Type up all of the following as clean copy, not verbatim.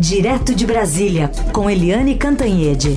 Direto de Brasília, com Eliane Cantanhede.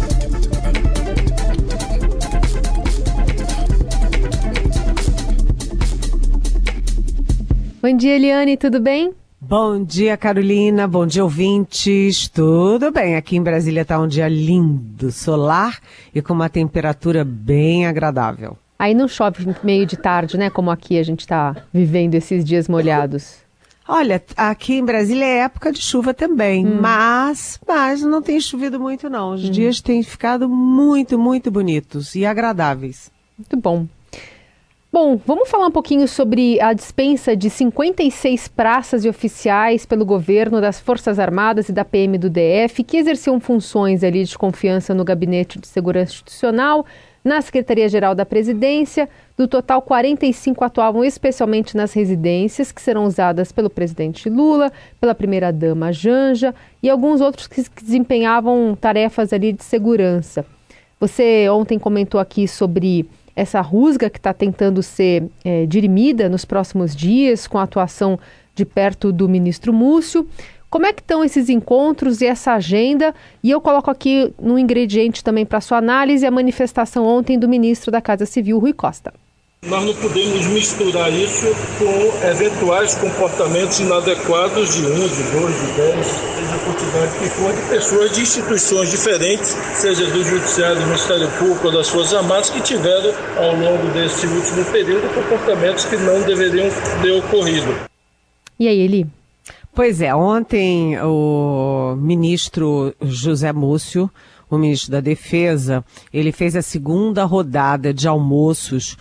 Bom dia, Eliane, tudo bem? Bom dia, Carolina, bom dia, ouvintes. Tudo bem, aqui em Brasília está um dia lindo, solar e com uma temperatura bem agradável. Aí não chove meio de tarde, né? Como aqui a gente está vivendo esses dias molhados. Olha, aqui em Brasília é época de chuva também, mas não tem chovido muito não. Os dias têm ficado muito, muito bonitos e agradáveis. Muito bom. Bom, vamos falar um pouquinho sobre a dispensa de 56 praças e oficiais pelo governo das Forças Armadas e da PM do DF, que exerciam funções ali de confiança no Gabinete de Segurança Institucional, na Secretaria-Geral da Presidência. Do total, 45 atuavam especialmente nas residências, que serão usadas pelo presidente Lula, pela primeira-dama Janja e alguns outros que desempenhavam tarefas ali de segurança. Você ontem comentou aqui sobre essa rusga que está tentando ser dirimida nos próximos dias, com a atuação de perto do ministro Múcio. Como é que estão esses encontros e essa agenda? E eu coloco aqui no ingrediente também para sua análise a manifestação ontem do ministro da Casa Civil, Rui Costa. Nós não podemos misturar isso com eventuais comportamentos inadequados de 1, de 2, de 10, seja a quantidade que for, de pessoas de instituições diferentes, seja do Judiciário, do Ministério Público ou das Forças Armadas, que tiveram, ao longo desse último período, comportamentos que não deveriam ter ocorrido. E aí, Eli? Pois é, ontem o ministro José Múcio, o ministro da Defesa, ele fez a segunda rodada de almoços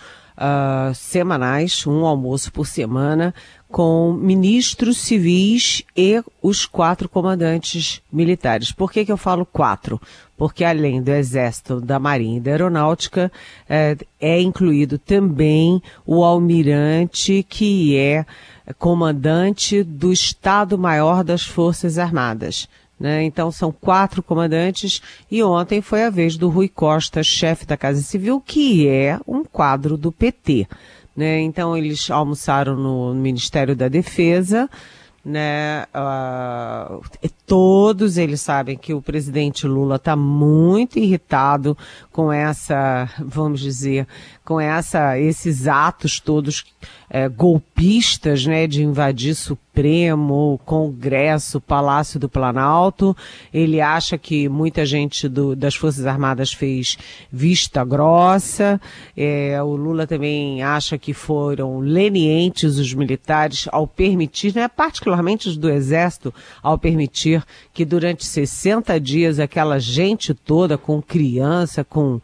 semanais, um almoço por semana, com ministros civis e os 4 comandantes militares. Por que eu falo 4? Porque além do Exército, da Marinha e da Aeronáutica, é incluído também o almirante, que é comandante do Estado-Maior das Forças Armadas. Então são 4 comandantes e ontem foi a vez do Rui Costa, chefe da Casa Civil, que é um quadro do PT. Então eles almoçaram no Ministério da Defesa. Todos eles sabem que o presidente Lula está muito irritado com essa, vamos dizer, com esses atos todos golpistas, de invadir Supremo, Congresso, Palácio do Planalto. Ele acha que muita gente das Forças Armadas fez vista grossa. O Lula também acha que foram lenientes os militares ao permitir, particularmente os do Exército, ao permitir que durante 60 dias aquela gente toda com criança, com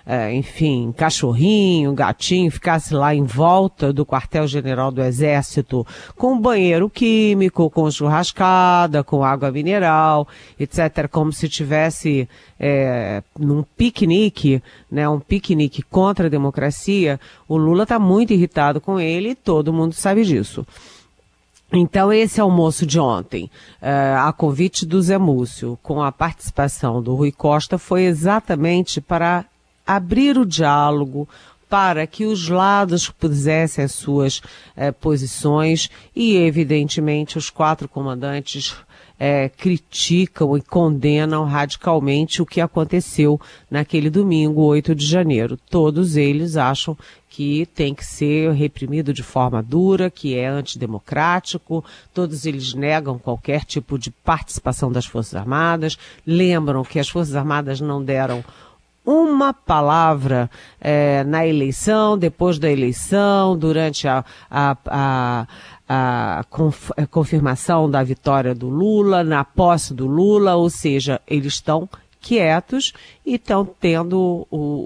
cachorrinho, gatinho, ficasse lá em volta do quartel-general do Exército, com banheiro químico, com churrascada, com água mineral, etc., como se tivesse num piquenique, um piquenique contra a democracia. O Lula está muito irritado com ele e todo mundo sabe disso. Então esse almoço de ontem, a convite do Zé Múcio, com a participação do Rui Costa, foi exatamente para abrir o diálogo, para que os lados pusessem as suas posições e, evidentemente, os 4 comandantes criticam e condenam radicalmente o que aconteceu naquele domingo, 8 de janeiro. Todos eles acham que tem que ser reprimido de forma dura, que é antidemocrático. Todos eles negam qualquer tipo de participação das Forças Armadas, lembram que as Forças Armadas não deram uma palavra na eleição, depois da eleição, durante a confirmação da vitória do Lula, na posse do Lula, ou seja, eles estão quietos e estão tendo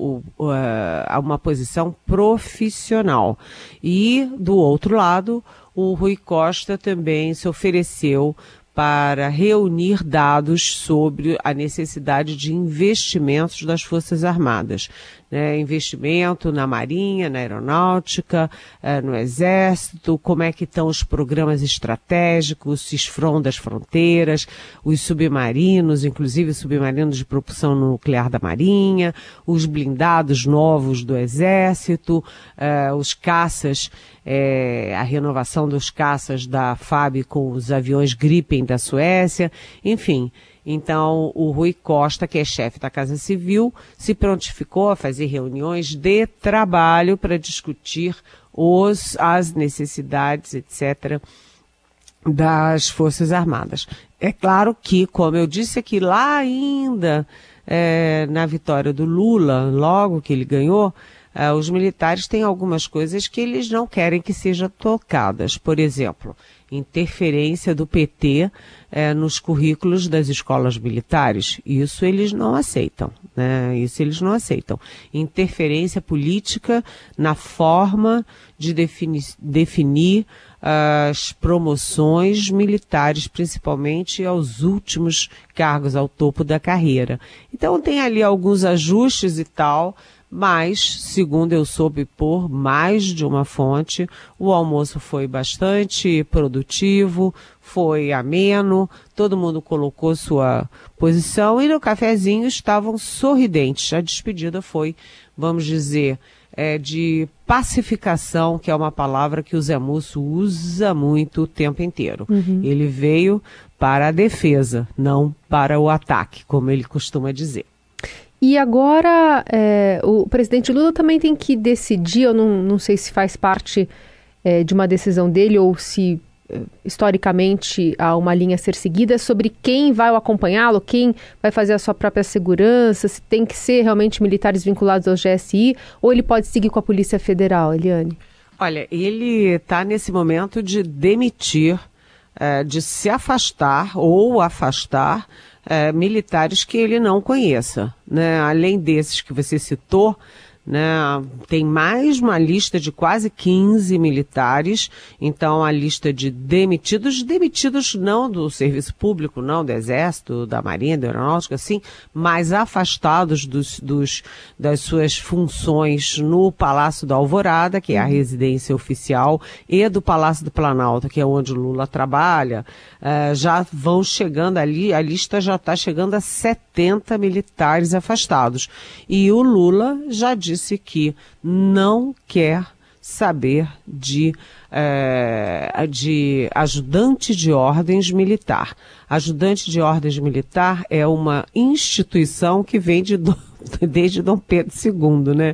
uma posição profissional. E, do outro lado, o Rui Costa também se ofereceu para reunir dados sobre a necessidade de investimentos das Forças Armadas. né, investimento na Marinha, na Aeronáutica, no Exército, como é que estão os programas estratégicos, CISFRON das fronteiras, os submarinos, inclusive submarinos de propulsão nuclear da Marinha, os blindados novos do Exército, os caças, a renovação dos caças da FAB com os aviões Gripen da Suécia, enfim. Então, o Rui Costa, que é chefe da Casa Civil, se prontificou a fazer reuniões de trabalho para discutir as necessidades, etc., das Forças Armadas. É claro que, como eu disse aqui, lá ainda na vitória do Lula, logo que ele ganhou, os militares têm algumas coisas que eles não querem que sejam tocadas. Por exemplo, interferência do PT nos currículos das escolas militares. Isso eles não aceitam, né? Isso eles não aceitam. Interferência política na forma de definir as promoções militares, principalmente aos últimos cargos, ao topo da carreira. Então tem ali alguns ajustes e tal, mas, segundo eu soube por mais de uma fonte, o almoço foi bastante produtivo, foi ameno, todo mundo colocou sua posição e no cafezinho estavam sorridentes. A despedida foi, vamos dizer, de pacificação, que é uma palavra que o Zé Múcio usa muito o tempo inteiro. Uhum. Ele veio para a defesa, não para o ataque, como ele costuma dizer. E agora o presidente Lula também tem que decidir, eu não sei se faz parte de uma decisão dele ou se historicamente há uma linha a ser seguida sobre quem vai acompanhá-lo, quem vai fazer a sua própria segurança, se tem que ser realmente militares vinculados ao GSI ou ele pode seguir com a Polícia Federal, Eliane? Olha, ele está nesse momento de demitir, de se afastar ou afastar militares que ele não conheça, né? Além desses que você citou, né, tem mais uma lista de quase 15 militares, então a lista de demitidos não do serviço público, não do Exército, da Marinha, da Aeronáutica, sim, mas afastados das suas funções no Palácio da Alvorada, que é a residência oficial, e do Palácio do Planalto, que é onde o Lula trabalha, já vão chegando ali, a lista já está chegando a 70 militares afastados. E o Lula já disse que não quer saber de ajudante de ordens militar. Ajudante de ordens militar é uma instituição que vem desde Dom Pedro II, né?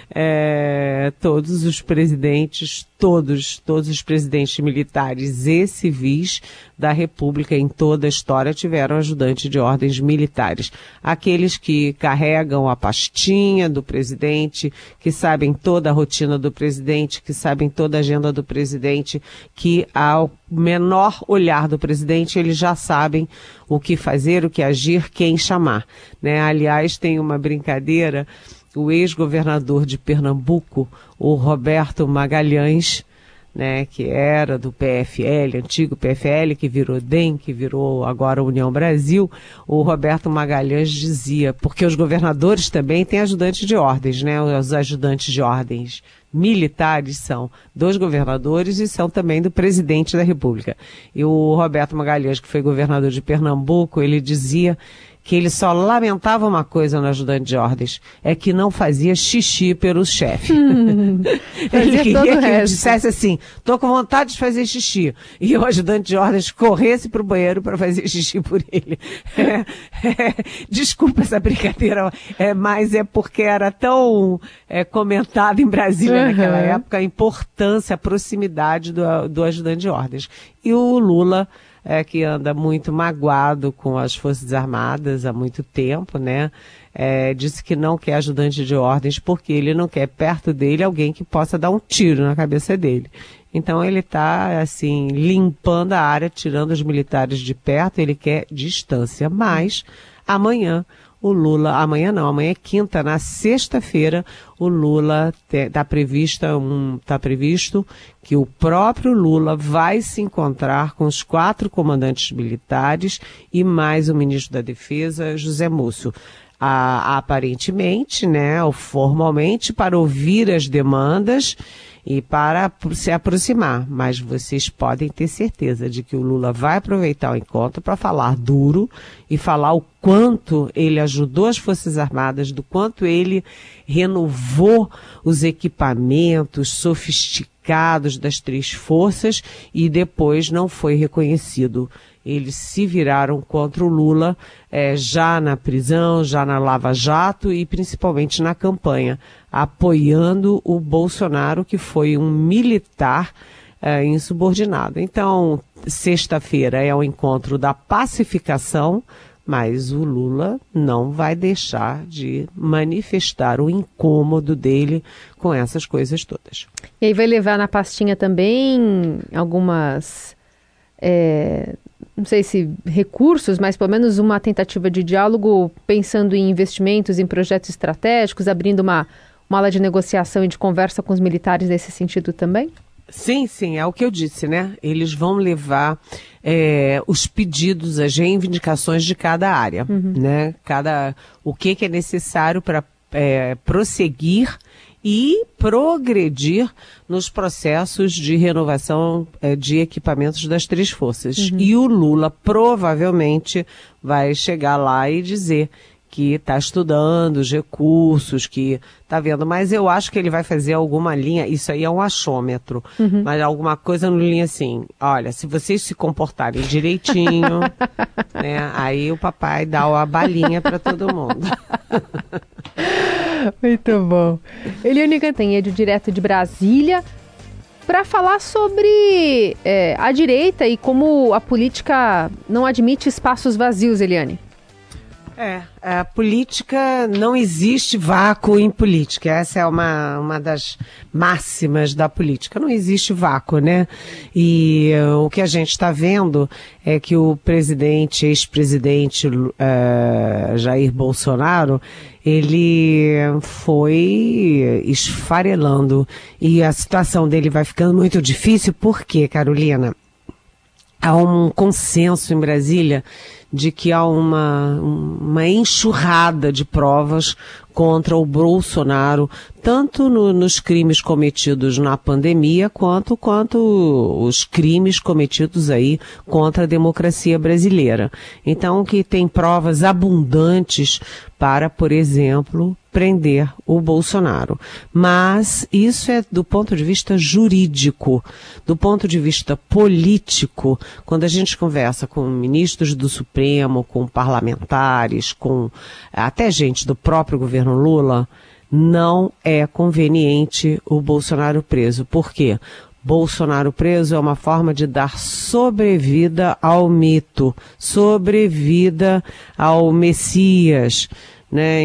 Todos os presidentes, todos os presidentes militares e civis da República em toda a história tiveram ajudante de ordens militares. Aqueles que carregam a pastinha do presidente, que sabem toda a rotina do presidente, que sabem toda a agenda do presidente, que ao menor olhar do presidente eles já sabem o que fazer, o que agir, quem chamar, né? Aliás, tem uma brincadeira, o ex-governador de Pernambuco, o Roberto Magalhães, né, que era do PFL, antigo PFL, que virou DEM, que virou agora União Brasil, o Roberto Magalhães dizia, porque os governadores também têm ajudantes de ordens, né, os ajudantes de ordens militares são dos governadores e são também do presidente da República. E o Roberto Magalhães, que foi governador de Pernambuco, ele dizia que ele só lamentava uma coisa no ajudante de ordens, é que não fazia xixi pelo chefe. Ele queria que ele dissesse assim, tô com vontade de fazer xixi. E o ajudante de ordens corresse pro banheiro para fazer xixi por ele. Desculpa essa brincadeira, mas é porque era tão comentado em Brasília naquela época a importância, a proximidade do ajudante de ordens. E o Lula, que anda muito magoado com as Forças Armadas há muito tempo, né? Disse que não quer ajudante de ordens porque ele não quer perto dele alguém que possa dar um tiro na cabeça dele. Então ele está, assim, limpando a área, tirando os militares de perto, ele quer distância. Mas amanhã amanhã é quinta, na sexta-feira, o Lula está previsto que o próprio Lula vai se encontrar com os 4 comandantes militares e mais o ministro da Defesa, José Múcio. aparentemente, né, ou formalmente, para ouvir as demandas e para se aproximar, mas vocês podem ter certeza de que o Lula vai aproveitar o encontro para falar duro e falar o quanto ele ajudou as Forças Armadas, do quanto ele renovou os equipamentos sofisticados das 3 forças e depois não foi reconhecido. Eles se viraram contra o Lula já na prisão, já na Lava Jato e principalmente na campanha, apoiando o Bolsonaro, que foi um militar insubordinado. Então, sexta-feira é o encontro da pacificação, mas o Lula não vai deixar de manifestar o incômodo dele com essas coisas todas. E aí vai levar na pastinha também algumas... não sei se recursos, mas pelo menos uma tentativa de diálogo pensando em investimentos, em projetos estratégicos, abrindo uma ala de negociação e de conversa com os militares nesse sentido também? Sim, é o que eu disse, né? Eles vão levar os pedidos, as reivindicações de cada área, né? O que é necessário para prosseguir e progredir nos processos de renovação de equipamentos das 3 forças. E o Lula provavelmente vai chegar lá e dizer que está estudando os recursos, que está vendo, mas eu acho que ele vai fazer alguma linha, isso aí é um achômetro, mas alguma coisa no linha assim, olha, se vocês se comportarem direitinho, né, aí o papai dá a balinha para todo mundo. Muito bom. Eliane Cantanhede, direto de Brasília, para falar sobre a direita e como a política não admite espaços vazios, Eliane. A política, não existe vácuo em política, essa é uma das máximas da política, não existe vácuo, né? E o que a gente está vendo é que o ex-presidente Jair Bolsonaro, ele foi esfarelando e a situação dele vai ficando muito difícil, porque, Carolina, há um consenso em Brasília de que há uma enxurrada de provas contra o Bolsonaro, tanto nos crimes cometidos na pandemia, quanto os crimes cometidos aí contra a democracia brasileira. Então, que tem provas abundantes para, por exemplo, prender o Bolsonaro. Mas isso é do ponto de vista jurídico. Do ponto de vista político, quando a gente conversa com ministros do Supremo, com parlamentares, com até gente do próprio governo Lula, não é conveniente o Bolsonaro preso. Por quê? Bolsonaro preso é uma forma de dar sobrevida ao mito, sobrevida ao Messias, né?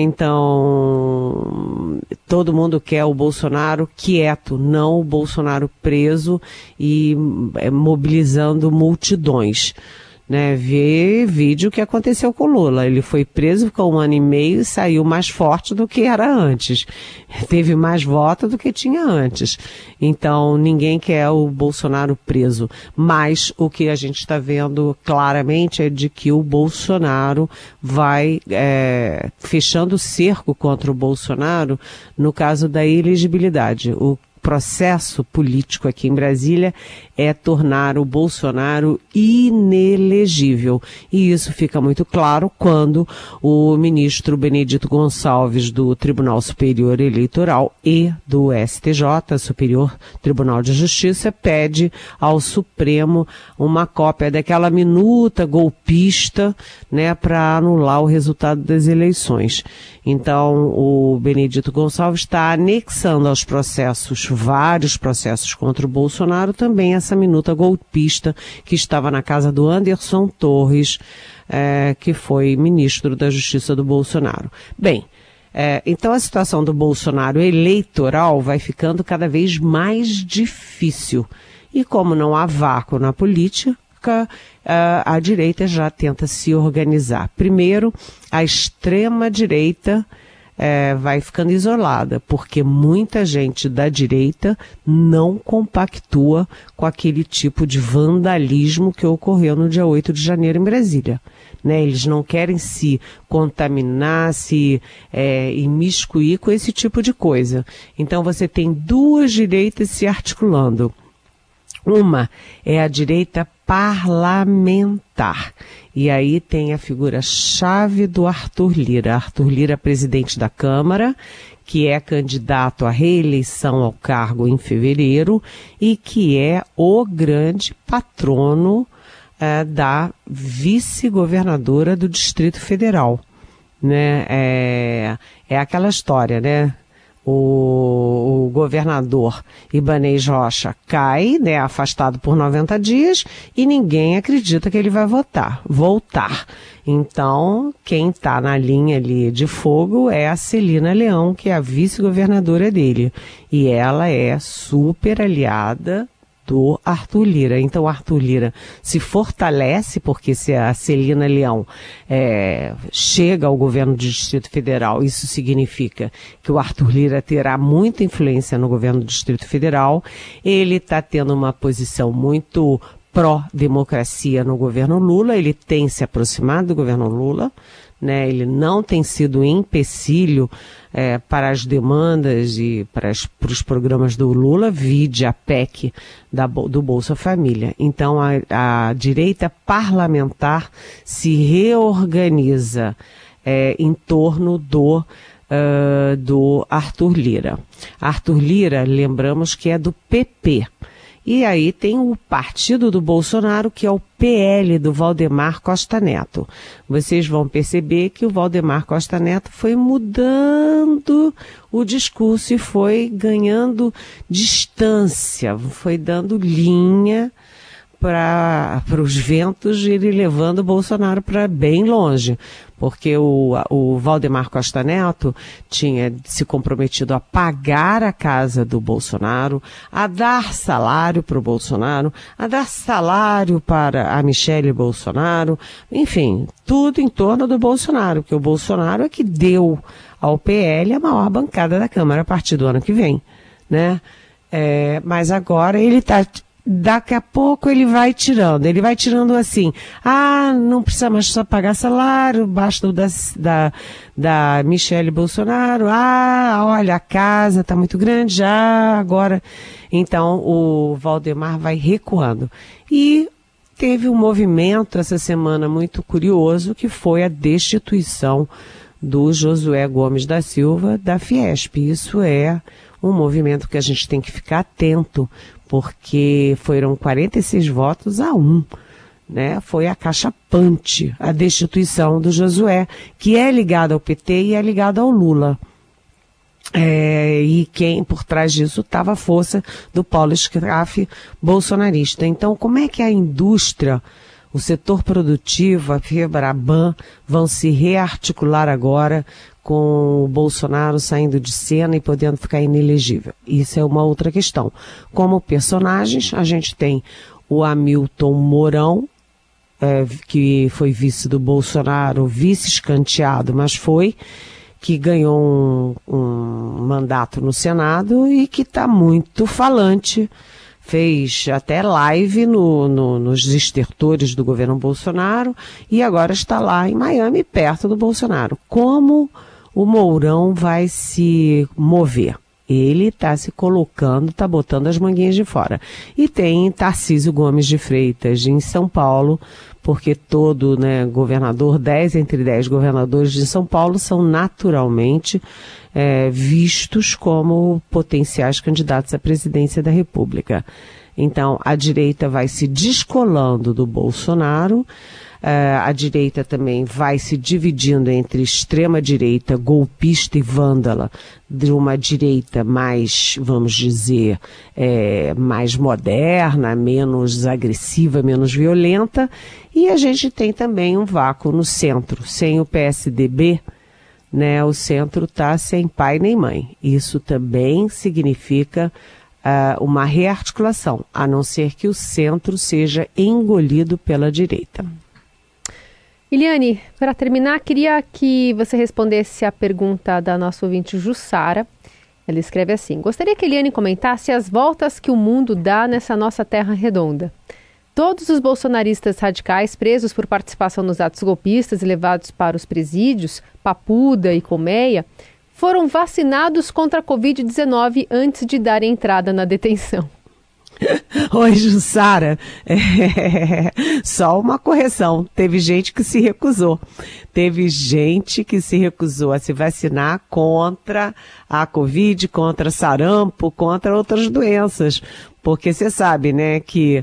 Então, todo mundo quer o Bolsonaro quieto, não o Bolsonaro preso e mobilizando multidões. Né, ver vídeo que aconteceu com Lula. Ele foi preso com 1 ano e meio e saiu mais forte do que era antes. Teve mais voto do que tinha antes. Então, ninguém quer o Bolsonaro preso. Mas o que a gente está vendo claramente é de que o Bolsonaro vai fechando o cerco contra o Bolsonaro no caso da elegibilidade. O processo político aqui em Brasília é tornar o Bolsonaro inelegível. E isso fica muito claro quando o ministro Benedito Gonçalves do Tribunal Superior Eleitoral e do STJ, Superior Tribunal de Justiça, pede ao Supremo uma cópia daquela minuta golpista, né, para anular o resultado das eleições. Então, o Benedito Gonçalves está anexando aos processos, vários processos contra o Bolsonaro, também essa minuta golpista que estava na casa do Anderson Torres, que foi ministro da Justiça do Bolsonaro. Bem, então a situação do Bolsonaro eleitoral vai ficando cada vez mais difícil. E como não há vácuo na política, a direita já tenta se organizar. Primeiro, a extrema-direita vai ficando isolada, porque muita gente da direita não compactua com aquele tipo de vandalismo que ocorreu no dia 8 de janeiro em Brasília. Né? Eles não querem se contaminar, se imiscuir com esse tipo de coisa. Então você tem duas direitas se articulando. Uma é a direita parlamentar. E aí tem a figura-chave do Arthur Lira. Arthur Lira, presidente da Câmara, que é candidato à reeleição ao cargo em fevereiro e que é o grande patrono da vice-governadora do Distrito Federal. Né? É aquela história, né? O governador Ibanez Rocha cai, né, afastado por 90 dias, e ninguém acredita que ele vai voltar. Então, quem está na linha ali de fogo é a Celina Leão, que é a vice-governadora dele. E ela é super aliada do Arthur Lira. Então o Arthur Lira se fortalece, porque se a Celina Leão chega ao governo do Distrito Federal, isso significa que o Arthur Lira terá muita influência no governo do Distrito Federal. Ele está tendo uma posição muito pró-democracia no governo Lula, ele tem se aproximado do governo Lula, né? Ele não tem sido empecilho para as demandas e para os programas do Lula, vide a PEC do Bolsa Família. Então a direita parlamentar se reorganiza em torno do Arthur Lira. Arthur Lira, lembramos que é do PP. E aí tem o partido do Bolsonaro, que é o PL do Valdemar Costa Neto. Vocês vão perceber que o Valdemar Costa Neto foi mudando o discurso e foi ganhando distância, foi dando linha para os ventos, ele levando o Bolsonaro para bem longe, porque o Valdemar Costa Neto tinha se comprometido a pagar a casa do Bolsonaro, a dar salário para o Bolsonaro, a dar salário para a Michele Bolsonaro, enfim, tudo em torno do Bolsonaro, porque o Bolsonaro é que deu ao PL a maior bancada da Câmara a partir do ano que vem, né? Mas agora ele está... Daqui a pouco ele vai tirando assim, não precisa mais só pagar salário, basta o da Michele Bolsonaro, olha, a casa está muito grande já, agora. Então o Valdemar vai recuando. E teve um movimento essa semana muito curioso, que foi a destituição do Josué Gomes da Silva da Fiesp. Isso é um movimento que a gente tem que ficar atento, porque foram 46 votos a 1, né? Foi acachapante a destituição do Josué, que é ligado ao PT e é ligado ao Lula. E quem por trás disso estava a força do Paulo Scaff bolsonarista. Então, como é que a indústria, o setor produtivo, a Febraban vão se rearticular agora com o Bolsonaro saindo de cena e podendo ficar inelegível? Isso é uma outra questão. Como personagens, a gente tem o Hamilton Mourão, que foi vice do Bolsonaro, vice escanteado, mas que ganhou um mandato no Senado e que está muito falante. Fez até live nos estertores do governo Bolsonaro e agora está lá em Miami, perto do Bolsonaro. Como o Mourão vai se mover? Ele está se colocando, está botando as manguinhas de fora. E tem Tarcísio Gomes de Freitas em São Paulo, porque todo, governador, 10 entre 10 governadores de São Paulo são naturalmente vistos como potenciais candidatos à presidência da República. Então, a direita vai se descolando do Bolsonaro, a direita também vai se dividindo entre extrema-direita, golpista e vândala, de uma direita mais, vamos dizer, mais moderna, menos agressiva, menos violenta, e a gente tem também um vácuo no centro. Sem o PSDB, o centro está sem pai nem mãe. Isso também significa uma rearticulação, a não ser que o centro seja engolido pela direita. Eliane, para terminar, queria que você respondesse a pergunta da nossa ouvinte Jussara. Ela escreve assim: gostaria que a Eliane comentasse as voltas que o mundo dá nessa nossa terra redonda. Todos os bolsonaristas radicais presos por participação nos atos golpistas e levados para os presídios, Papuda e Colmeia, foram vacinados contra a Covid-19 antes de darem entrada na detenção. Oi, Jussara. Só uma correção. Teve gente que se recusou. Teve gente que se recusou a se vacinar contra a Covid, contra sarampo, contra outras doenças. Porque você sabe, né, que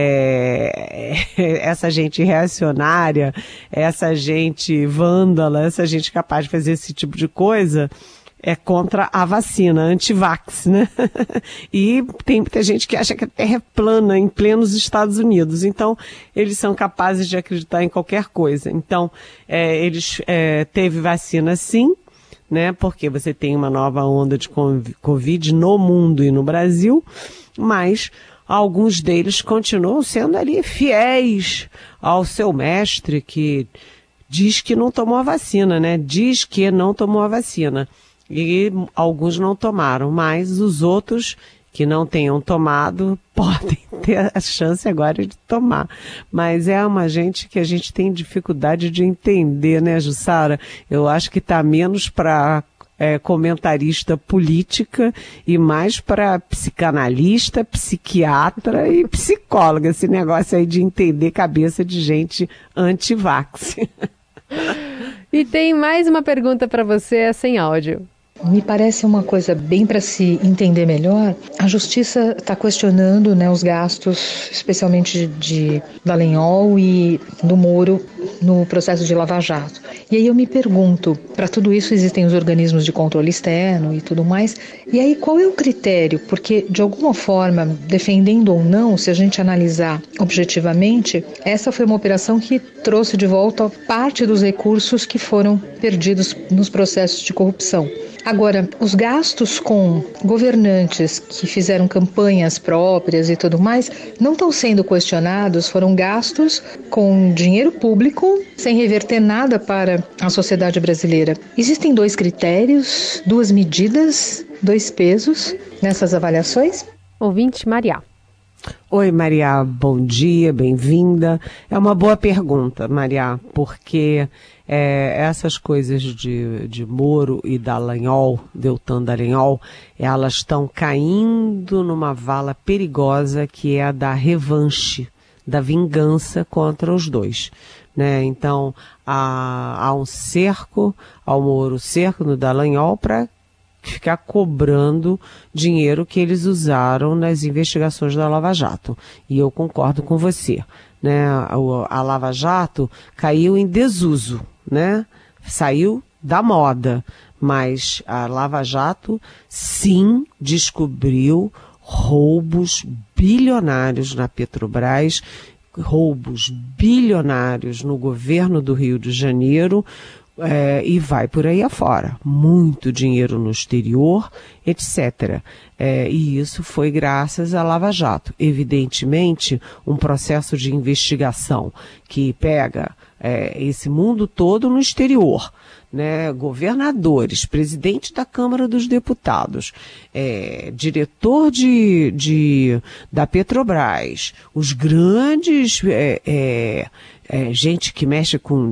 essa gente reacionária, essa gente vândala, essa gente capaz de fazer esse tipo de coisa é contra a vacina, anti-vax, né? E tem muita gente que acha que a Terra é plana em plenos Estados Unidos. Então, eles são capazes de acreditar em qualquer coisa. Então, eles teve vacina sim, né? Porque você tem uma nova onda de Covid no mundo e no Brasil, mas alguns deles continuam sendo ali fiéis ao seu mestre, que diz que não tomou a vacina, né? Diz que não tomou a vacina. E alguns não tomaram, mas os outros que não tenham tomado podem ter a chance agora de tomar. Mas é uma gente que a gente tem dificuldade de entender, né, Jussara? Eu acho que está menos para comentarista política e mais para psicanalista, psiquiatra e psicóloga. Esse negócio aí de entender cabeça de gente anti-vax. E tem mais uma pergunta para você, essa em áudio. Me parece uma coisa bem para se entender melhor. A Justiça está questionando, né, os gastos, especialmente de Dallagnol e do Moro no processo de Lava Jato. E aí eu me pergunto, para tudo isso existem os organismos de controle externo e tudo mais, e aí qual é o critério? Porque, de alguma forma, defendendo ou não, se a gente analisar objetivamente, essa foi uma operação que trouxe de volta parte dos recursos que foram perdidos nos processos de corrupção. Agora, os gastos com governantes que fizeram campanhas próprias e tudo mais não estão sendo questionados, foram gastos com dinheiro público sem reverter nada para a sociedade brasileira. Existem dois critérios, duas medidas, dois pesos nessas avaliações? Ouvinte Maria. Oi, Maria, bom dia, bem-vinda. É uma boa pergunta, Maria, porque essas coisas de Moro e Dallagnol, Deltan Dallagnol, elas estão caindo numa vala perigosa que é a da revanche, da vingança contra os dois, né? Então, há um cerco ao Moro, cerco no Dallagnol para ficar cobrando dinheiro que eles usaram nas investigações da Lava Jato. E eu concordo com você, né? A Lava Jato caiu em desuso, né? Saiu da moda, mas a Lava Jato sim descobriu roubos bilionários na Petrobras, roubos bilionários no governo do Rio de Janeiro, e vai por aí afora. Muito dinheiro no exterior, etc. E isso foi graças à Lava Jato. Evidentemente, um processo de investigação que pega esse mundo todo no exterior, né? Governadores, presidente da Câmara dos Deputados, diretor da Petrobras, os grandes, gente que mexe com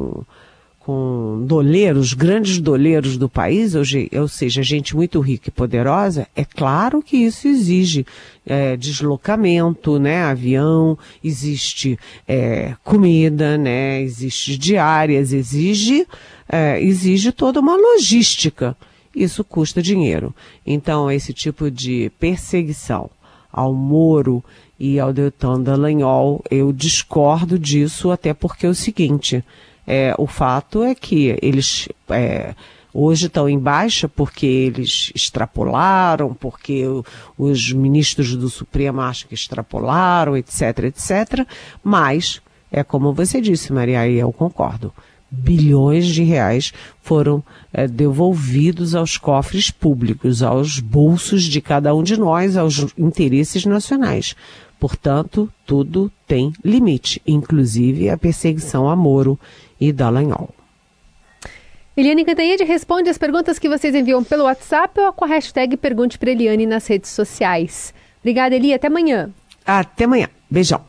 doleiros, grandes doleiros do país, ou seja, gente muito rica e poderosa, é claro que isso exige deslocamento, né, avião, existe comida, né, existe diárias, exige toda uma logística. Isso custa dinheiro. Então, esse tipo de perseguição ao Moro e ao Deltan Dallagnol, eu discordo disso, até porque é o seguinte: o fato é que eles hoje estão em baixa porque eles extrapolaram, porque os ministros do Supremo acham que extrapolaram, etc, etc. Mas, como você disse, Maria, e eu concordo, bilhões de reais foram devolvidos aos cofres públicos, aos bolsos de cada um de nós, aos interesses nacionais. Portanto, tudo tem limite, inclusive a perseguição a Moro e Dallagnol. Eliane Cantanhede responde as perguntas que vocês enviam pelo WhatsApp ou com a hashtag Pergunte para Eliane nas redes sociais. Obrigada, Eli. Até amanhã. Até amanhã. Beijão.